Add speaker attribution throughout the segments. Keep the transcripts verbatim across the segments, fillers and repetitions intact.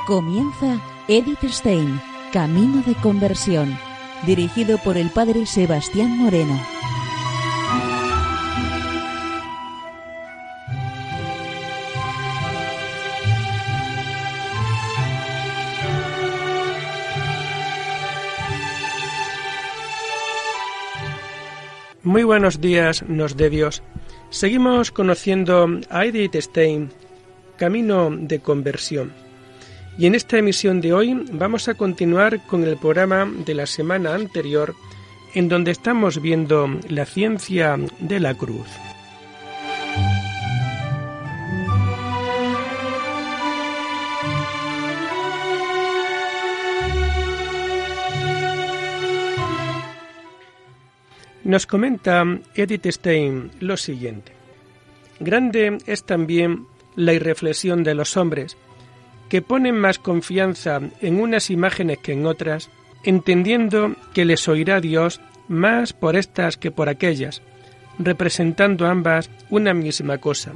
Speaker 1: Comienza Edith Stein, Camino de Conversión, dirigido por el padre Sebastián Moreno.
Speaker 2: Muy buenos días, nos de Dios. Seguimos conociendo a Edith Stein, Camino de Conversión. Y en esta emisión de hoy vamos a continuar con el programa de la semana anterior, en donde estamos viendo la ciencia de la cruz. Nos comenta Edith Stein lo siguiente: grande es también la irreflexión de los hombres, que ponen más confianza en unas imágenes que en otras, entendiendo que les oirá Dios más por estas que por aquellas, representando ambas una misma cosa.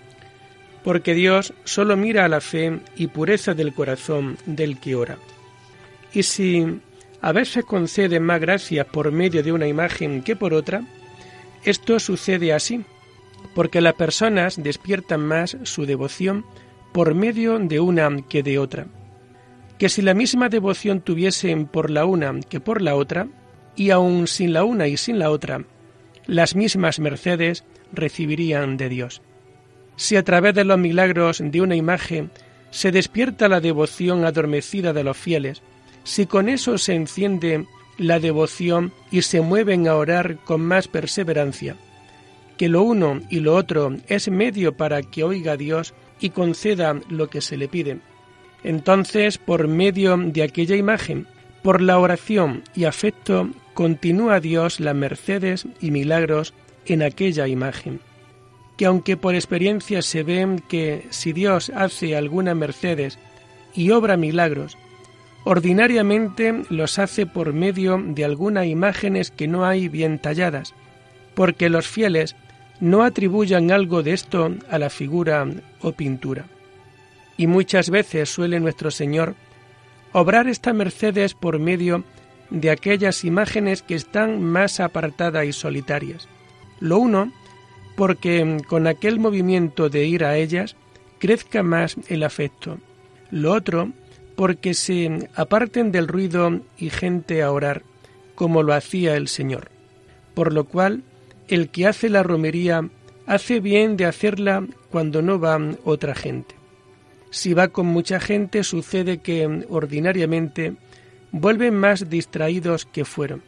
Speaker 2: Porque Dios solo mira a la fe y pureza del corazón del que ora. Y si a veces concede más gracias por medio de una imagen que por otra, esto sucede así, porque las personas despiertan más su devoción por medio de una que de otra. Que si la misma devoción tuviesen por la una que por la otra, y aun sin la una y sin la otra, las mismas mercedes recibirían de Dios. Si a través de los milagros de una imagen se despierta la devoción adormecida de los fieles, si con eso se enciende la devoción y se mueven a orar con más perseverancia, que lo uno y lo otro es medio para que oiga Dios y conceda lo que se le pide, entonces por medio de aquella imagen, por la oración y afecto, continúa Dios las mercedes y milagros en aquella imagen. Que aunque por experiencia se ve que si Dios hace algunas mercedes y obra milagros, ordinariamente los hace por medio de algunas imágenes que no hay bien talladas, porque los fieles no atribuyan algo de esto a la figura o pintura. Y muchas veces suele nuestro Señor obrar estas mercedes por medio de aquellas imágenes que están más apartadas y solitarias. Lo uno, porque con aquel movimiento de ir a ellas crezca más el afecto. Lo otro, porque se aparten del ruido y gente a orar, como lo hacía el Señor. Por lo cual, el que hace la romería hace bien de hacerla cuando no va otra gente. Si va con mucha gente, sucede que ordinariamente vuelven más distraídos que fueron.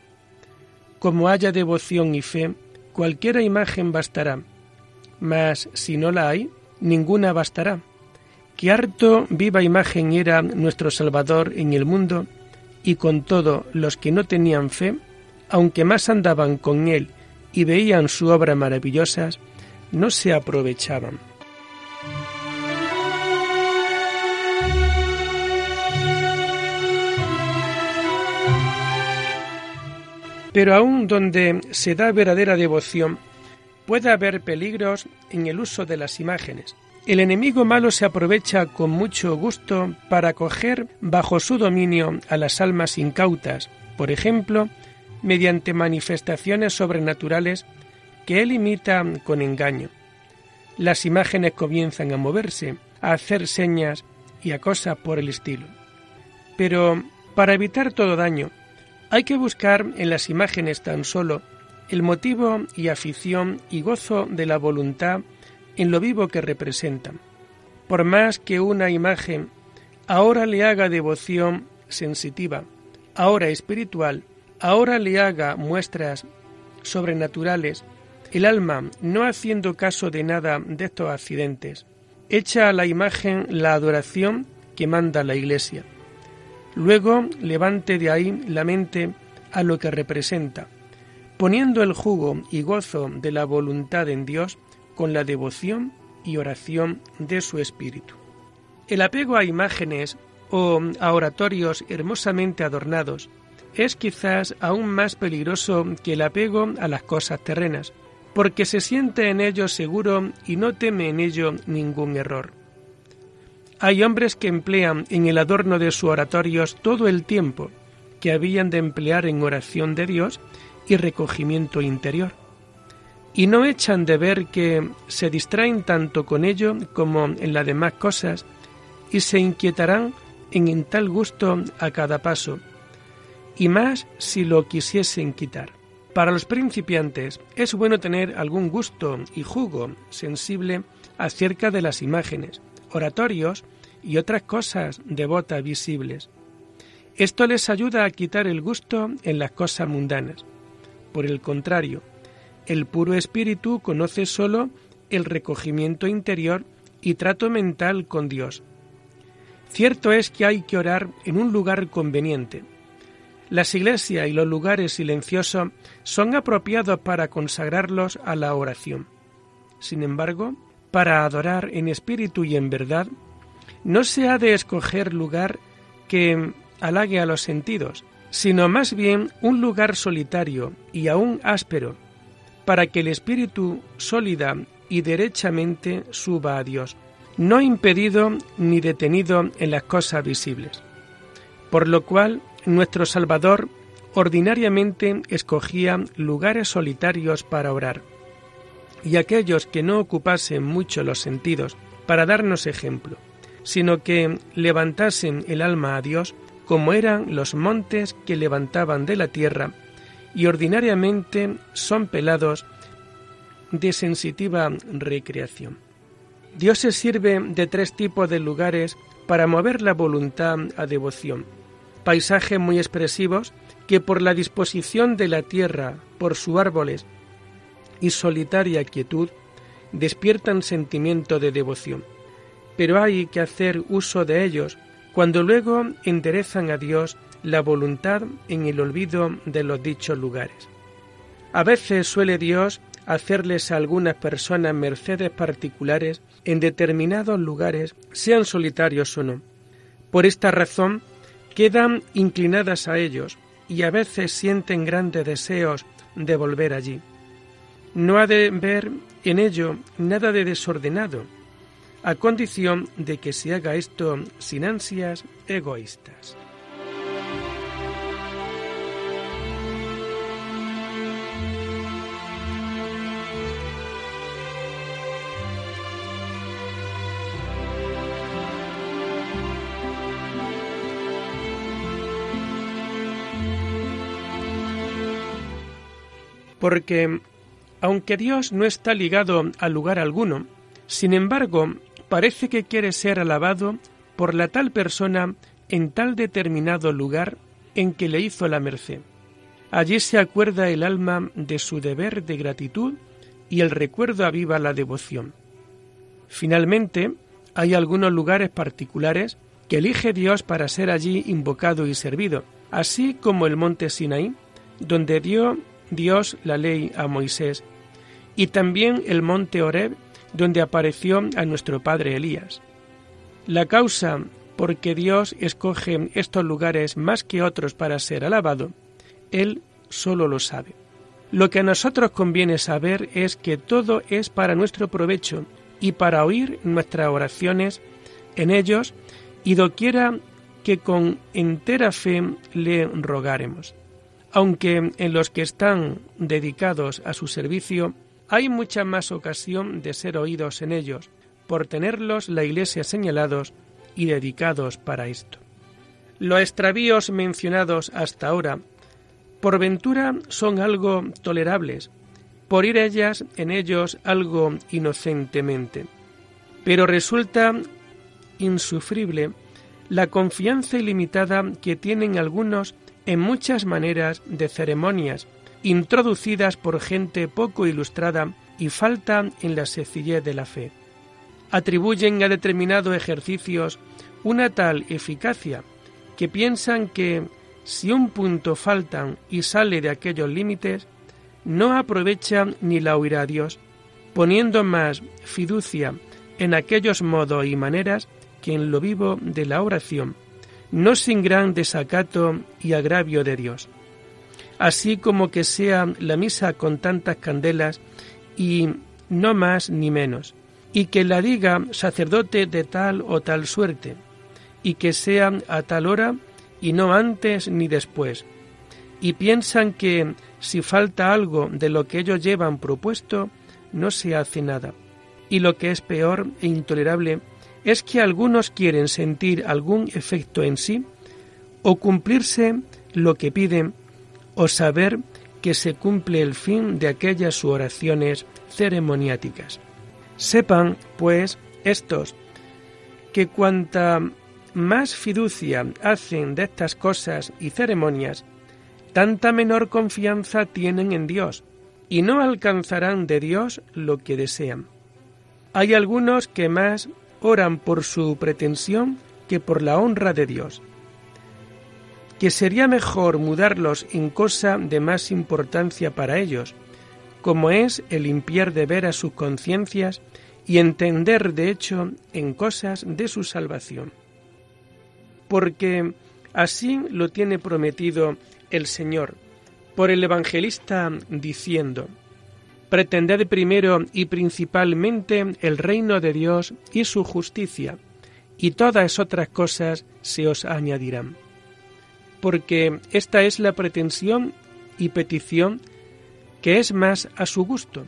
Speaker 2: Como haya devoción y fe, cualquiera imagen bastará, mas si no la hay, ninguna bastará. Que harto viva imagen era nuestro Salvador en el mundo, y con todo los que no tenían fe, aunque más andaban con él y veían su obra maravillosas, no se aprovechaban. Pero aun donde se da verdadera devoción, puede haber peligros en el uso de las imágenes. El enemigo malo se aprovecha con mucho gusto para coger bajo su dominio a las almas incautas, por ejemplo, mediante manifestaciones sobrenaturales que él imita con engaño. Las imágenes comienzan a moverse, a hacer señas y a cosas por el estilo. Pero para evitar todo daño, hay que buscar en las imágenes tan solo el motivo y afición y gozo de la voluntad en lo vivo que representan. Por más que una imagen ahora le haga devoción sensitiva, ahora espiritual, ahora le haga muestras sobrenaturales, el alma, no haciendo caso de nada de estos accidentes, echa a la imagen la adoración que manda la Iglesia. Luego levante de ahí la mente a lo que representa, poniendo el jugo y gozo de la voluntad en Dios con la devoción y oración de su espíritu. El apego a imágenes o a oratorios hermosamente adornados es quizás aún más peligroso que el apego a las cosas terrenas, porque se siente en ello seguro y no teme en ello ningún error. Hay hombres que emplean en el adorno de sus oratorios todo el tiempo que habían de emplear en oración de Dios y recogimiento interior, y no echan de ver que se distraen tanto con ello como en las demás cosas, y se inquietarán en, en tal gusto a cada paso, y más si lo quisiesen quitar. Para los principiantes es bueno tener algún gusto y jugo sensible acerca de las imágenes, oratorios y otras cosas devotas visibles. Esto les ayuda a quitar el gusto en las cosas mundanas. Por el contrario, el puro espíritu conoce sólo el recogimiento interior y trato mental con Dios. Cierto es que hay que orar en un lugar conveniente. Las iglesias y los lugares silenciosos son apropiados para consagrarlos a la oración. Sin embargo, para adorar en espíritu y en verdad, no se ha de escoger lugar que halague a los sentidos, sino más bien un lugar solitario y aún áspero, para que el espíritu sólida y derechamente suba a Dios, no impedido ni detenido en las cosas visibles. Por lo cual, nuestro Salvador ordinariamente escogía lugares solitarios para orar, y aquellos que no ocupasen mucho los sentidos para darnos ejemplo, sino que levantasen el alma a Dios, como eran los montes que levantaban de la tierra, y ordinariamente son pelados de sensitiva recreación. Dios se sirve de tres tipos de lugares para mover la voluntad a devoción: paisajes muy expresivos que por la disposición de la tierra, por sus árboles y solitaria quietud, despiertan sentimiento de devoción. Pero hay que hacer uso de ellos cuando luego enderezan a Dios la voluntad en el olvido de los dichos lugares. A veces suele Dios hacerles a algunas personas mercedes particulares en determinados lugares, sean solitarios o no. Por esta razón, quedan inclinadas a ellos y a veces sienten grandes deseos de volver allí. No ha de ver en ello nada de desordenado, a condición de que se haga esto sin ansias egoístas. Porque, aunque Dios no está ligado a lugar alguno, sin embargo, parece que quiere ser alabado por la tal persona en tal determinado lugar en que le hizo la merced. Allí se acuerda el alma de su deber de gratitud y el recuerdo aviva la devoción. Finalmente, hay algunos lugares particulares que elige Dios para ser allí invocado y servido, así como el monte Sinaí, donde dio Dios la ley a Moisés, y también el monte Horeb, donde apareció a nuestro padre Elías. La causa por que Dios escoge estos lugares más que otros para ser alabado, Él solo lo sabe. Lo que a nosotros conviene saber es que todo es para nuestro provecho y para oír nuestras oraciones en ellos y doquiera que con entera fe le rogáremos. Aunque en los que están dedicados a su servicio hay mucha más ocasión de ser oídos en ellos, por tenerlos la Iglesia señalados y dedicados para esto. Los extravíos mencionados hasta ahora, por ventura son algo tolerables, por ir ellas en ellos algo inocentemente, pero resulta insufrible la confianza ilimitada que tienen algunos en muchas maneras de ceremonias introducidas por gente poco ilustrada y falta en la sencillez de la fe. Atribuyen a determinados ejercicios una tal eficacia que piensan que si un punto faltan y sale de aquellos límites, no aprovecha ni la oirá Dios, poniendo más fiducia en aquellos modos y maneras que en lo vivo de la oración, no sin gran desacato y agravio de Dios. Así como que sea la misa con tantas candelas y no más ni menos, y que la diga sacerdote de tal o tal suerte, y que sea a tal hora y no antes ni después, y piensan que si falta algo de lo que ellos llevan propuesto, no se hace nada. Y lo que es peor e intolerable es que algunos quieren sentir algún efecto en sí, o cumplirse lo que piden, o saber que se cumple el fin de aquellas sus oraciones ceremoniáticas. Sepan, pues, estos, que cuanta más fiducia hacen de estas cosas y ceremonias, tanta menor confianza tienen en Dios, y no alcanzarán de Dios lo que desean. Hay algunos que más oran por su pretensión que por la honra de Dios, que sería mejor mudarlos en cosa de más importancia para ellos, como es el limpiar de veras sus conciencias y entender de hecho en cosas de su salvación. Porque así lo tiene prometido el Señor por el evangelista diciendo: pretended primero y principalmente el reino de Dios y su justicia, y todas otras cosas se os añadirán. Porque esta es la pretensión y petición que es más a su gusto,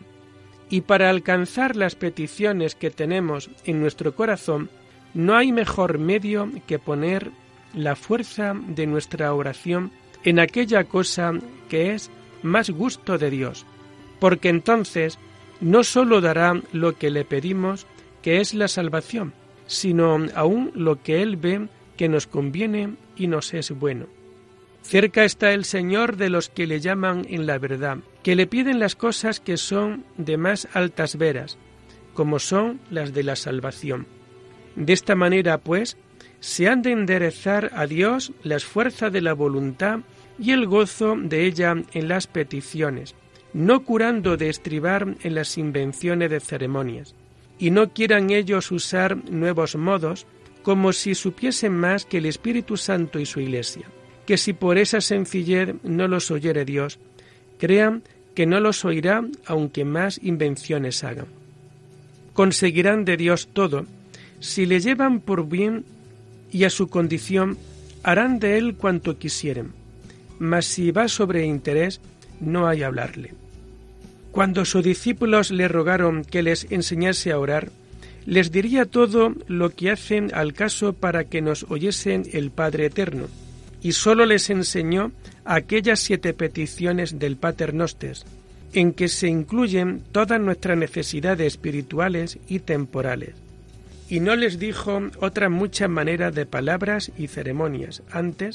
Speaker 2: y para alcanzar las peticiones que tenemos en nuestro corazón, no hay mejor medio que poner la fuerza de nuestra oración en aquella cosa que es más gusto de Dios, porque entonces no sólo dará lo que le pedimos, que es la salvación, sino aún lo que Él ve que nos conviene y nos es bueno. Cerca está el Señor de los que le llaman en la verdad, que le piden las cosas que son de más altas veras, como son las de la salvación. De esta manera, pues, se han de enderezar a Dios las fuerzas de la voluntad y el gozo de ella en las peticiones, no curando de estribar en las invenciones de ceremonias, y no quieran ellos usar nuevos modos, como si supiesen más que el Espíritu Santo y su Iglesia, que si por esa sencillez no los oyere Dios, crean que no los oirá aunque más invenciones hagan. Conseguirán de Dios todo, si le llevan por bien y a su condición harán de él cuanto quisieren, mas si va sobre interés, no hay hablarle. Cuando sus discípulos le rogaron que les enseñase a orar, les diría todo lo que hacen al caso para que nos oyesen el Padre Eterno, y sólo les enseñó aquellas siete peticiones del Pater Nosters, en que se incluyen todas nuestras necesidades espirituales y temporales. Y no les dijo otras muchas maneras de palabras y ceremonias. Antes,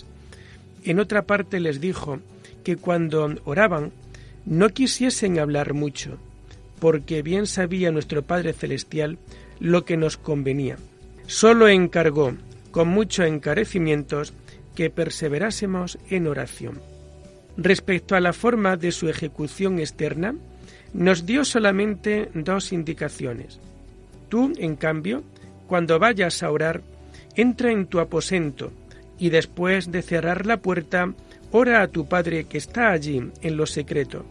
Speaker 2: en otra parte les dijo que cuando oraban no quisiesen hablar mucho, porque bien sabía nuestro Padre Celestial lo que nos convenía. Solo encargó, con muchos encarecimientos, que perseverásemos en oración. Respecto a la forma de su ejecución externa, nos dio solamente dos indicaciones. Tú, en cambio, cuando vayas a orar, entra en tu aposento y después de cerrar la puerta, ora a tu Padre que está allí en lo secreto.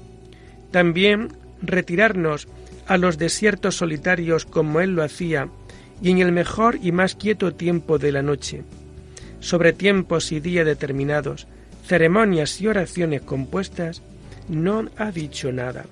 Speaker 2: También retirarnos a los desiertos solitarios como Él lo hacía y en el mejor y más quieto tiempo de la noche. Sobre tiempos y días determinados, ceremonias y oraciones compuestas, no ha dicho nada.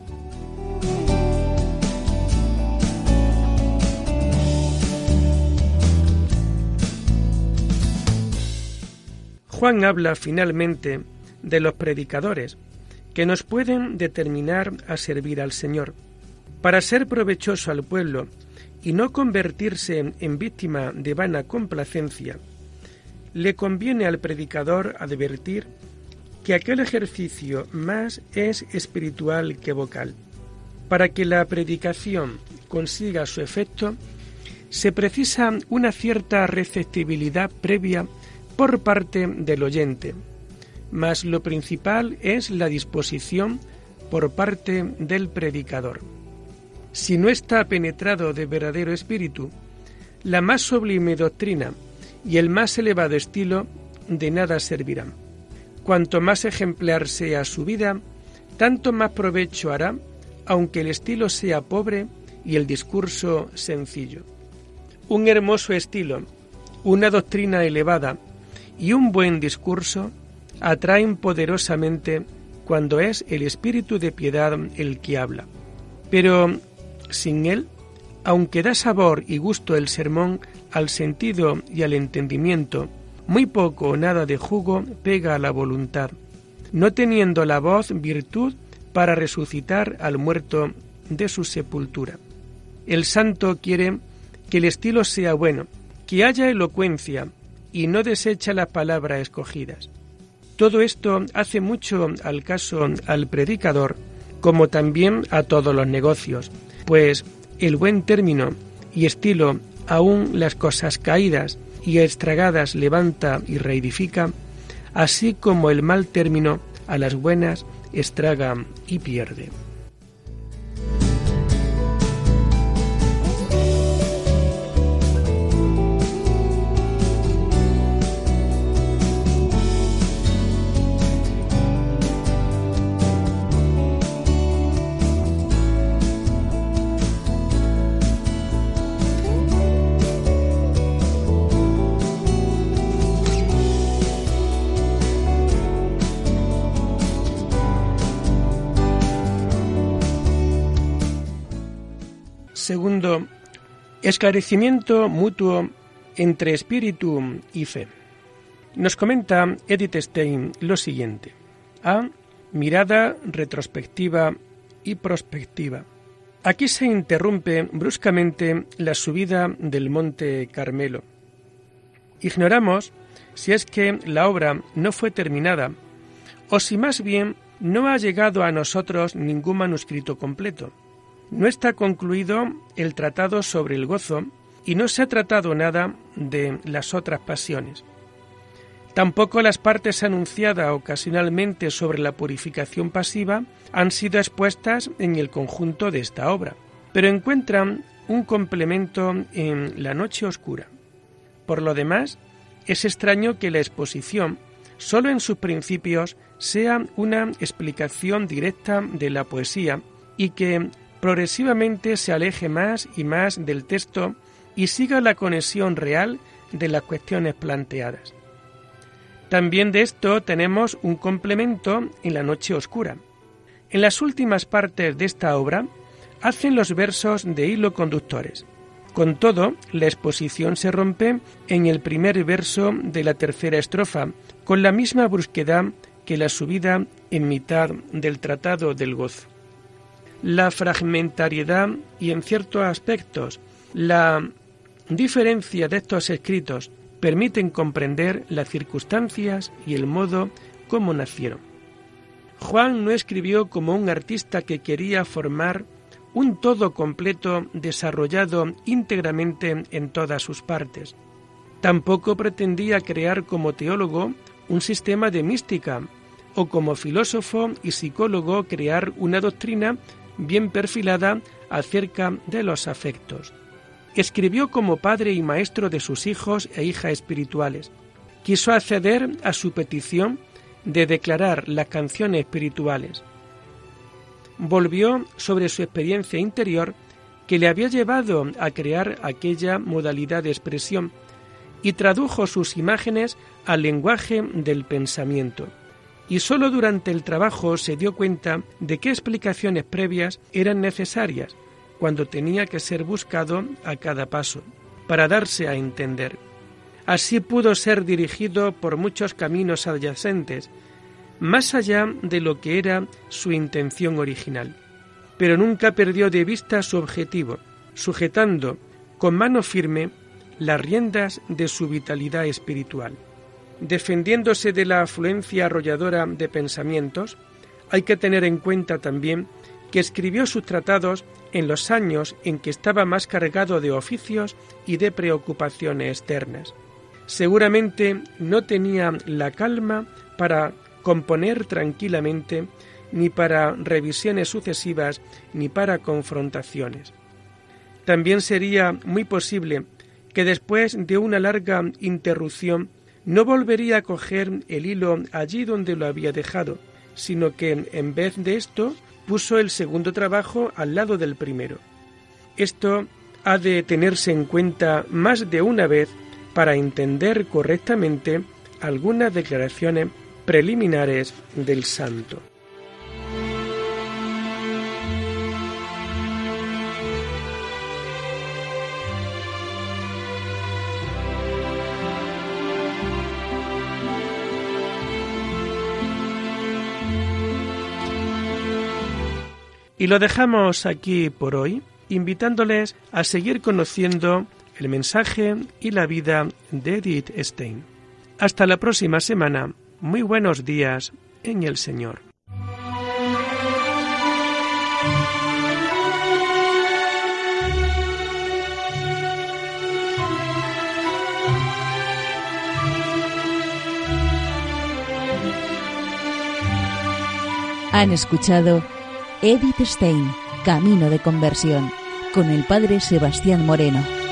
Speaker 2: Juan habla finalmente de los predicadores, que nos pueden determinar a servir al Señor. Para ser provechoso al pueblo y no convertirse en víctima de vana complacencia, le conviene al predicador advertir que aquel ejercicio más es espiritual que vocal. Para que la predicación consiga su efecto, se precisa una cierta receptibilidad previa por parte del oyente, mas lo principal es la disposición por parte del predicador. Si no está penetrado de verdadero espíritu, la más sublime doctrina y el más elevado estilo de nada servirán. Cuanto más ejemplar sea su vida, tanto más provecho hará, aunque el estilo sea pobre y el discurso sencillo. Un hermoso estilo, una doctrina elevada y un buen discurso atraen poderosamente cuando es el espíritu de piedad el que habla. Pero sin él, aunque da sabor y gusto el sermón al sentido y al entendimiento, muy poco o nada de jugo pega a la voluntad, no teniendo la voz virtud para resucitar al muerto de su sepultura. El santo quiere que el estilo sea bueno, que haya elocuencia y no desecha las palabras escogidas. Todo esto hace mucho al caso al predicador, como también a todos los negocios, pues el buen término y estilo aún las cosas caídas y estragadas levanta y reedifica, así como el mal término a las buenas estraga y pierde. Segundo, esclarecimiento mutuo entre espíritu y fe. Nos comenta Edith Stein lo siguiente. A. Mirada retrospectiva y prospectiva. Aquí se interrumpe bruscamente la subida del Monte Carmelo. Ignoramos si es que la obra no fue terminada o si más bien no ha llegado a nosotros ningún manuscrito completo. No está concluido el tratado sobre el gozo y no se ha tratado nada de las otras pasiones. Tampoco las partes anunciadas ocasionalmente sobre la purificación pasiva han sido expuestas en el conjunto de esta obra, pero encuentran un complemento en La noche oscura. Por lo demás, es extraño que la exposición, solo en sus principios, sea una explicación directa de la poesía y que progresivamente se aleje más y más del texto y siga la conexión real de las cuestiones planteadas. También de esto tenemos un complemento en La noche oscura. En las últimas partes de esta obra hacen los versos de hilo conductores. Con todo, la exposición se rompe en el primer verso de la tercera estrofa, con la misma brusquedad que la subida en mitad del Tratado del Gozo. La fragmentariedad y, en ciertos aspectos, la diferencia de estos escritos permiten comprender las circunstancias y el modo como nacieron. Juan no escribió como un artista que quería formar un todo completo desarrollado íntegramente en todas sus partes. Tampoco pretendía crear como teólogo un sistema de mística o como filósofo y psicólogo crear una doctrina bien perfilada acerca de los afectos. Escribió como padre y maestro de sus hijos e hijas espirituales. Quiso acceder a su petición de declarar las canciones espirituales. Volvió sobre su experiencia interior que le había llevado a crear aquella modalidad de expresión y tradujo sus imágenes al lenguaje del pensamiento. Y sólo durante el trabajo se dio cuenta de qué explicaciones previas eran necesarias, cuando tenía que ser buscado a cada paso, para darse a entender. Así pudo ser dirigido por muchos caminos adyacentes, más allá de lo que era su intención original. Pero nunca perdió de vista su objetivo, sujetando con mano firme las riendas de su vitalidad espiritual. Defendiéndose de la afluencia arrolladora de pensamientos, hay que tener en cuenta también que escribió sus tratados en los años en que estaba más cargado de oficios y de preocupaciones externas. Seguramente no tenía la calma para componer tranquilamente, ni para revisiones sucesivas, ni para confrontaciones. También sería muy posible que después de una larga interrupción no volvería a coger el hilo allí donde lo había dejado, sino que en vez de esto puso el segundo trabajo al lado del primero. Esto ha de tenerse en cuenta más de una vez para entender correctamente algunas declaraciones preliminares del santo. Y lo dejamos aquí por hoy, invitándoles a seguir conociendo el mensaje y la vida de Edith Stein. Hasta la próxima semana. Muy buenos días en el Señor.
Speaker 1: Han escuchado Edith Stein, Camino de Conversión, con el Padre Sebastián Moreno.